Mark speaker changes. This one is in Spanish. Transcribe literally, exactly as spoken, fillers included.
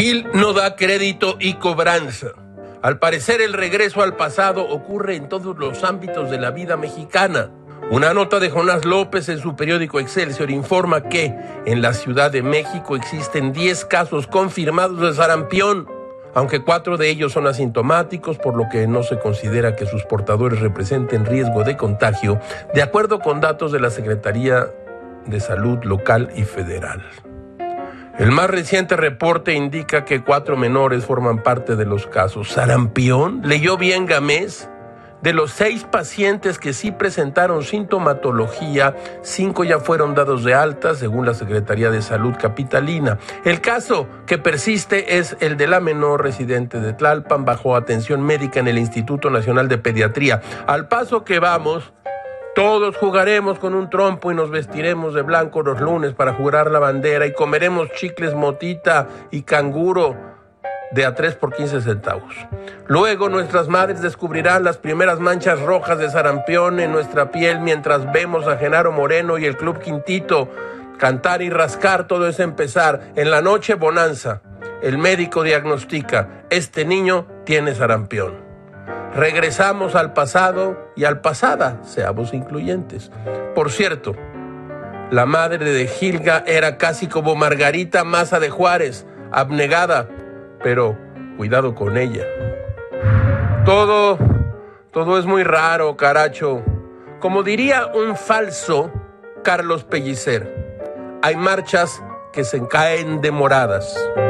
Speaker 1: Gil no da crédito y cobranza. Al parecer, el regreso al pasado ocurre en todos los ámbitos de la vida mexicana. Una nota de Jonás López en su periódico Excelsior informa que en la Ciudad de México existen diez casos confirmados de sarampión, aunque cuatro de ellos son asintomáticos, por lo que no se considera que sus portadores representen riesgo de contagio, de acuerdo con datos de la Secretaría de Salud local y federal. El más reciente reporte indica que cuatro menores forman parte de los casos. ¿Sarampión? ¿Leyó bien Gamés? De los seis pacientes que sí presentaron sintomatología, cinco ya fueron dados de alta, según la Secretaría de Salud capitalina. El caso que persiste es el de la menor residente de Tlalpan, bajo atención médica en el Instituto Nacional de Pediatría. Al paso que vamos, todos jugaremos con un trompo y nos vestiremos de blanco los lunes para jurar la bandera y comeremos chicles motita y canguro de a tres por quince centavos. Luego nuestras madres descubrirán las primeras manchas rojas de sarampión en nuestra piel mientras vemos a Genaro Moreno y el Club Quintito cantar y rascar. Todo es empezar. En la noche bonanza, el médico diagnostica: este niño tiene sarampión. Regresamos al pasado y al pasada, seamos incluyentes. Por cierto, la madre de Gilga era casi como Margarita Maza de Juárez, abnegada, pero cuidado con ella. Todo, todo es muy raro, caracho. Como diría un falso Carlos Pellicer, hay marchas que se caen demoradas.